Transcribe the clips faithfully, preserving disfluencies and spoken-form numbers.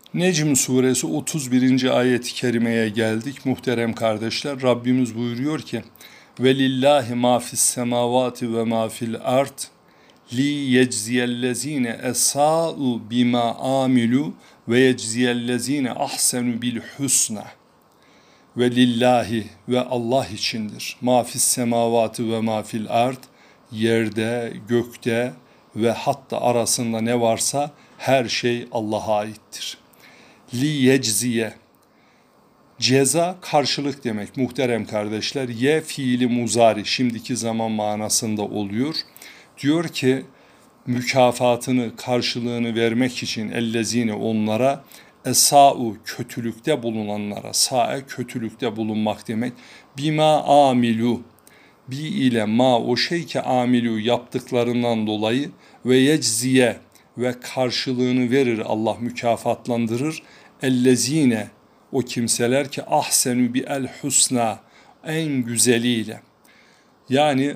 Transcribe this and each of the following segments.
Necm suresi otuz birinci ayet-i kerimeye geldik. Muhterem kardeşler, Rabbimiz buyuruyor ki velillahi ma fis semavati ve ma fil ard li yecziyellezine esa'u bima amilu ve yecziyellezine ahsenu bil husna. Ve lillahi ve Allah içindir. Ma fis semavati ve ma fil ard, yerde, gökte ve hatta arasında ne varsa her şey Allah'a aittir. Li yecziye, ceza karşılık demek muhterem kardeşler. Ye fiili muzari, şimdiki zaman manasında oluyor. Diyor ki mükafatını, karşılığını vermek için ellezine, onlara, esa'u, kötülükte bulunanlara, sa'e kötülükte bulunmak demek. Bima amilu, bi ile ma, o şey ki amilu, yaptıklarından dolayı, ve yecziye, ve karşılığını verir Allah, mükafatlandırır. Ellezine, o kimseler ki ahsenu bi el husna, en güzeliyle. Yani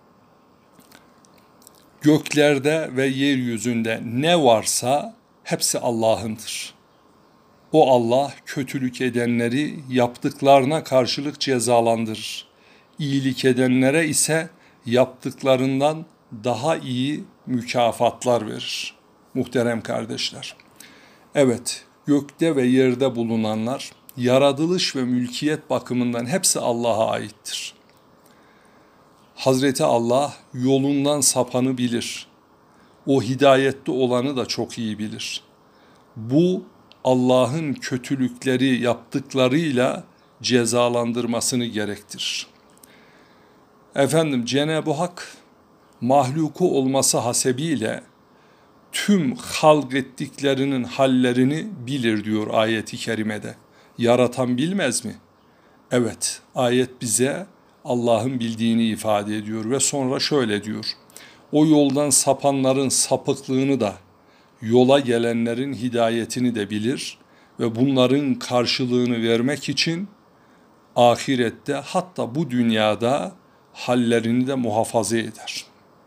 göklerde ve yeryüzünde ne varsa hepsi Allah'ındır. O Allah kötülük edenleri yaptıklarına karşılık cezalandırır. İyilik edenlere ise yaptıklarından daha iyi mükafatlar verir. Muhterem kardeşler. Evet, gökte ve yerde bulunanlar, yaratılış ve mülkiyet bakımından hepsi Allah'a aittir. Hazreti Allah yolundan sapanı bilir. O hidayette olanı da çok iyi bilir. Bu Allah'ın kötülükleri yaptıklarıyla cezalandırmasını gerektirir. Efendim, Cenab-ı Hak mahluku olması hasebiyle tüm halk ettiklerinin hallerini bilir diyor ayeti kerimede. Yaratan bilmez mi? Evet, ayet bize Allah'ın bildiğini ifade ediyor ve sonra şöyle diyor. O yoldan sapanların sapıklığını da, yola gelenlerin hidayetini de bilir ve bunların karşılığını vermek için ahirette, hatta bu dünyada hallerini de muhafaza eder.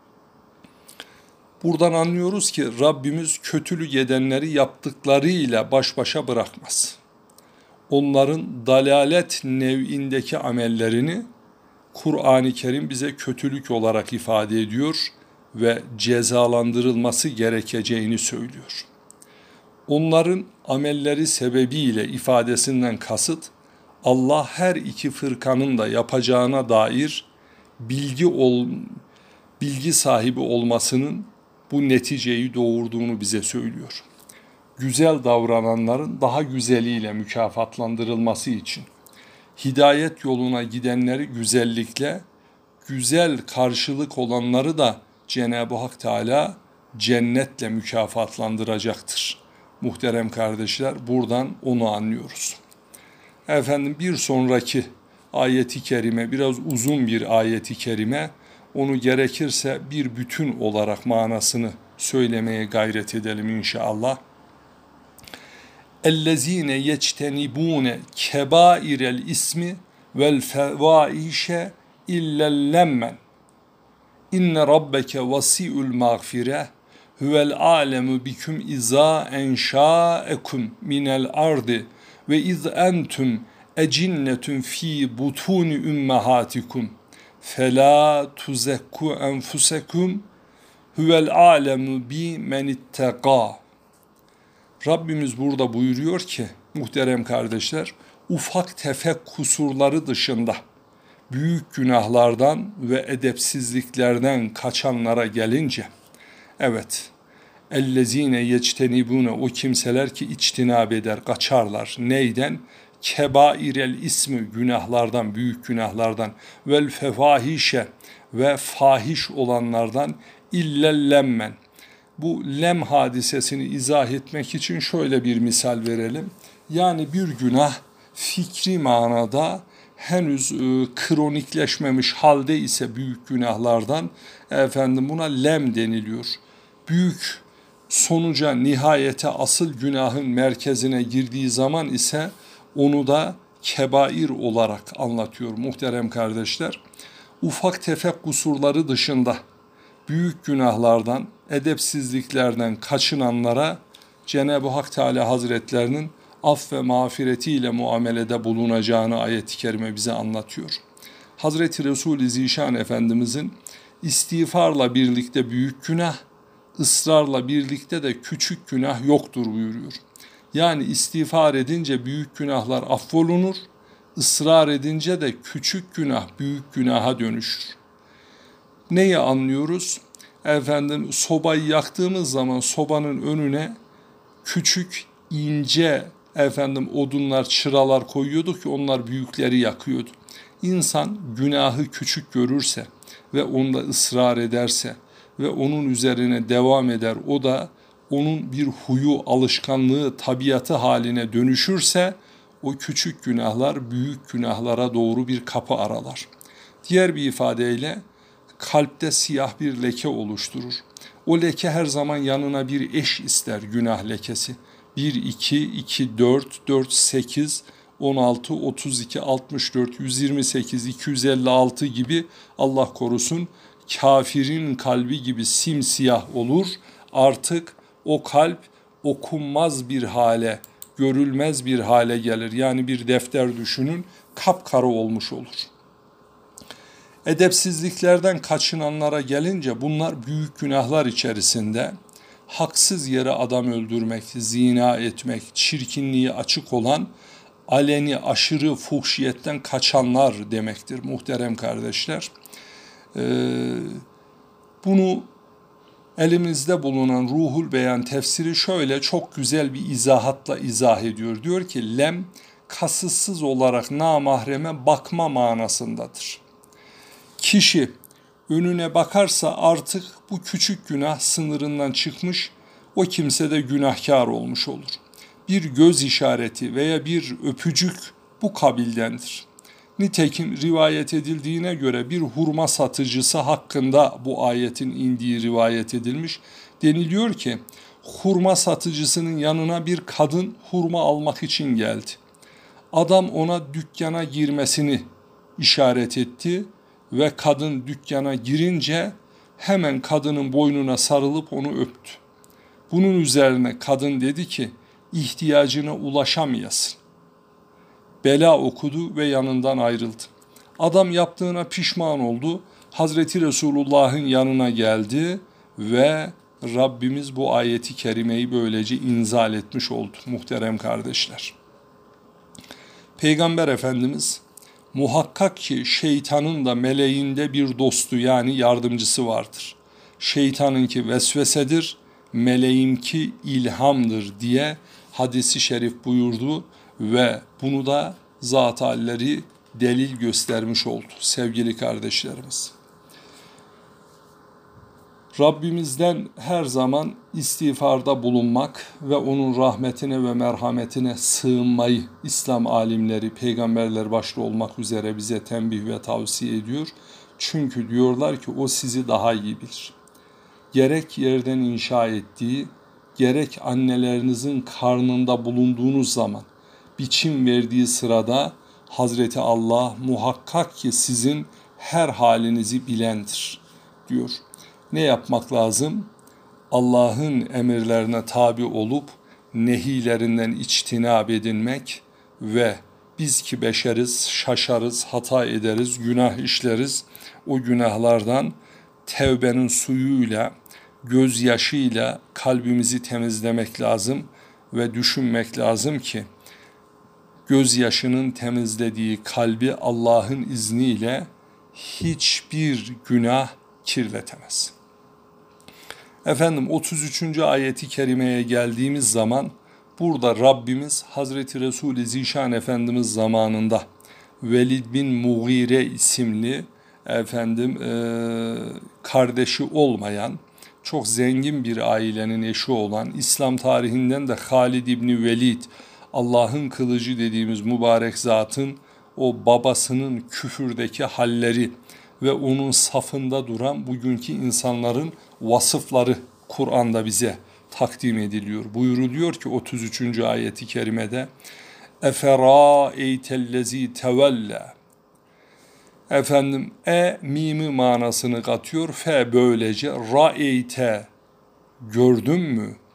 Buradan anlıyoruz ki Rabbimiz kötülük edenleri yaptıklarıyla baş başa bırakmaz. Onların dalalet nev'indeki amellerini Kur'an-ı Kerim bize kötülük olarak ifade ediyor ve cezalandırılması gerekeceğini söylüyor. Onların amelleri sebebiyle ifadesinden kasıt, Allah her iki fırkanın da yapacağına dair bilgi ol, bilgi sahibi olmasının bu neticeyi doğurduğunu bize söylüyor. Güzel davrananların daha güzeliyle mükafatlandırılması için hidayet yoluna gidenleri güzellikle, güzel karşılık olanları da Cenab-ı Hak Teala cennetle mükafatlandıracaktır. Muhterem kardeşler, buradan onu anlıyoruz. Efendim, bir sonraki ayeti kerime biraz uzun bir ayeti kerime. Onu gerekirse bir bütün olarak manasını söylemeye gayret edelim inşallah. اَلَّذ۪ينَ يَجْتَنِبُونَ كَبَائِرَ الْاِسْمِ وَالْفَوَائِشَ اِلَّا اللَّمَّنْ اِنَّ رَبَّكَ وَسِعُ الْمَغْفِرَةِ هُوَ الْعَالَمُ بِكُمْ اِذَا اَنْشَاءَكُمْ مِنَ الْاَرْضِ وَاِذْ أَنْتُمْ اَجِنَّةٌ ف۪ي بُطُونِ اُمَّهَاتِكُمْ فَلَا تُزَكُّوا أَنْفُسَكُمْ هُوَ الْعَالَمُ بِمَنِ اتَّقَى. Rabbimiz burada buyuruyor ki muhterem kardeşler, ufak tefek kusurları dışında büyük günahlardan ve edepsizliklerden kaçanlara gelince, evet, ellezine yectenibune, o kimseler ki içtinab eder, kaçarlar. Neyden? Kebairel ismi, günahlardan, büyük günahlardan, vel fefahişe, ve fahiş olanlardan, illellemmen. Bu lem hadisesini izah etmek için şöyle bir misal verelim. Yani bir günah fikri manada henüz e, kronikleşmemiş halde ise büyük günahlardan, efendim, buna lem deniliyor. Büyük sonuca, nihayete, asıl günahın merkezine girdiği zaman ise onu da kebair olarak anlatıyor muhterem kardeşler. Ufak tefek kusurları dışında büyük günahlardan, edepsizliklerden kaçınanlara Cenab-ı Hak Teala Hazretlerinin af ve mağfiretiyle muamelede bulunacağını ayet-i kerime bize anlatıyor. Hazreti Resul-i Zişan Efendimizin istiğfarla birlikte büyük günah, ısrarla birlikte de küçük günah yoktur buyuruyor. Yani istiğfar edince büyük günahlar affolunur, ısrar edince de küçük günah büyük günaha dönüşür. Neyi anlıyoruz? Efendim sobayı yaktığımız zaman sobanın önüne küçük, ince efendim odunlar, çıralar koyuyorduk ki onlar büyükleri yakıyordu. İnsan günahı küçük görürse ve onda ısrar ederse ve onun üzerine devam eder, o da onun bir huyu, alışkanlığı, tabiatı haline dönüşürse o küçük günahlar büyük günahlara doğru bir kapı aralar. Diğer bir ifadeyle kalpte siyah bir leke oluşturur. O leke her zaman yanına bir eş ister, günah lekesi. bir, iki, iki, dört, dört, sekiz, on altı, otuz iki, altmış dört, yüz yirmi sekiz, iki yüz elli altı gibi Allah korusun kafirin kalbi gibi simsiyah olur. Artık o kalp okunmaz bir hale, görülmez bir hale gelir. Yani bir defter düşünün, kapkara olmuş olur. Edepsizliklerden kaçınanlara gelince bunlar büyük günahlar içerisinde haksız yere adam öldürmek, zina etmek, çirkinliği açık olan aleni aşırı fuhşiyetten kaçanlar demektir muhterem kardeşler. Ee, bunu elimizde bulunan Ruhul Beyan tefsiri şöyle çok güzel bir izahatla izah ediyor. Diyor ki lem kasıtsız olarak namahreme bakma manasındadır. Kişi önüne bakarsa artık bu küçük günah sınırından çıkmış, o kimse de günahkar olmuş olur. Bir göz işareti veya bir öpücük bu kabildendir. Nitekim rivayet edildiğine göre bir hurma satıcısı hakkında bu ayetin indiği rivayet edilmiş. Deniliyor ki hurma satıcısının yanına bir kadın hurma almak için geldi. Adam ona dükkana girmesini işaret etti ve kadın dükkana girince hemen kadının boynuna sarılıp onu öptü. Bunun üzerine kadın dedi ki ihtiyacına ulaşamayasın. Bela okudu ve yanından ayrıldı. Adam yaptığına pişman oldu. Hazreti Resulullah'ın yanına geldi ve Rabbimiz bu ayeti kerimeyi böylece inzal etmiş oldu muhterem kardeşler. Peygamber Efendimiz muhakkak ki şeytanın da meleğin de bir dostu yani yardımcısı vardır. Şeytanınki vesvesedir, meleğinki ilhamdır diye hadisi şerif buyurdu ve bunu da zat halleri delil göstermiş oldu sevgili kardeşlerimiz. Rabbimizden her zaman istiğfarda bulunmak ve onun rahmetine ve merhametine sığınmayı İslam alimleri, peygamberler başta olmak üzere bize tembih ve tavsiye ediyor. Çünkü diyorlar ki o sizi daha iyi bilir. Gerek yerden inşa ettiği, gerek annelerinizin karnında bulunduğunuz zaman biçim verdiği sırada Hazreti Allah muhakkak ki sizin her halinizi bilendir diyor. Ne yapmak lazım? Allah'ın emirlerine tabi olup nehilerinden içtinab edinmek ve biz ki beşeriz, şaşarız, hata ederiz, günah işleriz. O günahlardan tevbenin suyuyla, gözyaşıyla kalbimizi temizlemek lazım ve düşünmek lazım ki gözyaşının temizlediği kalbi Allah'ın izniyle hiçbir günah kirletemez. Efendim otuz üçüncü ayeti kerimeye geldiğimiz zaman burada Rabbimiz Hazreti Resul-i Zişan Efendimiz zamanında Velid bin Mughire isimli efendim e, kardeşi olmayan çok zengin bir ailenin eşi olan İslam tarihinden de Halid İbni Velid Allah'ın kılıcı dediğimiz mübarek zatın o babasının küfürdeki halleri ve onun safında duran bugünkü insanların vasıfları Kur'an'da bize takdim ediliyor. Buyuruluyor ki otuz üçüncü ayeti kerimede Eferâeytellezî tevelle. Efendim e mimi manasını katıyor. Fe böylece ra'eyte gördün mü?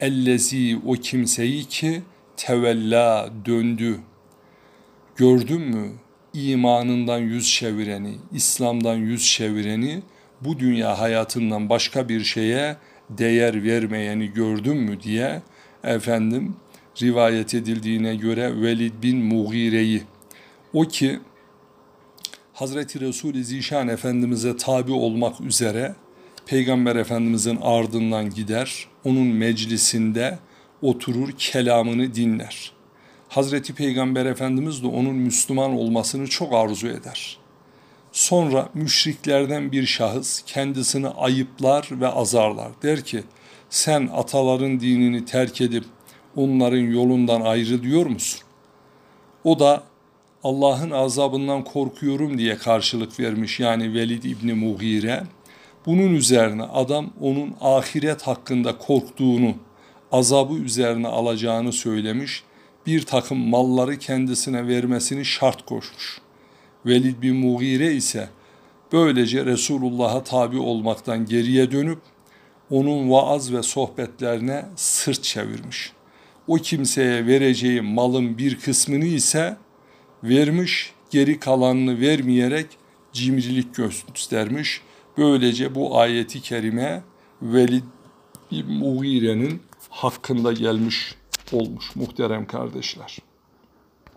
ellezi o kimseyi ki tevella döndü. Gördün mü imanından yüz çevireni, İslam'dan yüz çevireni, bu dünya hayatından başka bir şeye değer vermeyeni gördün mü diye efendim rivayet edildiğine göre Velid bin Mughire'yi, o ki Hazreti Resul-i Zişan Efendimiz'e tabi olmak üzere Peygamber Efendimiz'in ardından gider, onun meclisinde oturur, kelamını dinler. Hazreti Peygamber Efendimiz de onun Müslüman olmasını çok arzu eder. Sonra müşriklerden bir şahıs kendisini ayıplar ve azarlar. Der ki, sen ataların dinini terk edip onların yolundan ayrılıyor musun? O da Allah'ın azabından korkuyorum diye karşılık vermiş, yani Velid İbni Mughire. Bunun üzerine adam onun ahiret hakkında korktuğunu, azabı üzerine alacağını söylemiş, bir takım malları kendisine vermesini şart koşmuş. Velid bin Mughire ise böylece Resulullah'a tabi olmaktan geriye dönüp onun vaaz ve sohbetlerine sırt çevirmiş. O kimseye vereceği malın bir kısmını ise vermiş, geri kalanını vermeyerek cimrilik göstermiş. Böylece bu ayeti kerime Velid bin Mughire'nin hakkında gelmiş olmuş muhterem kardeşler.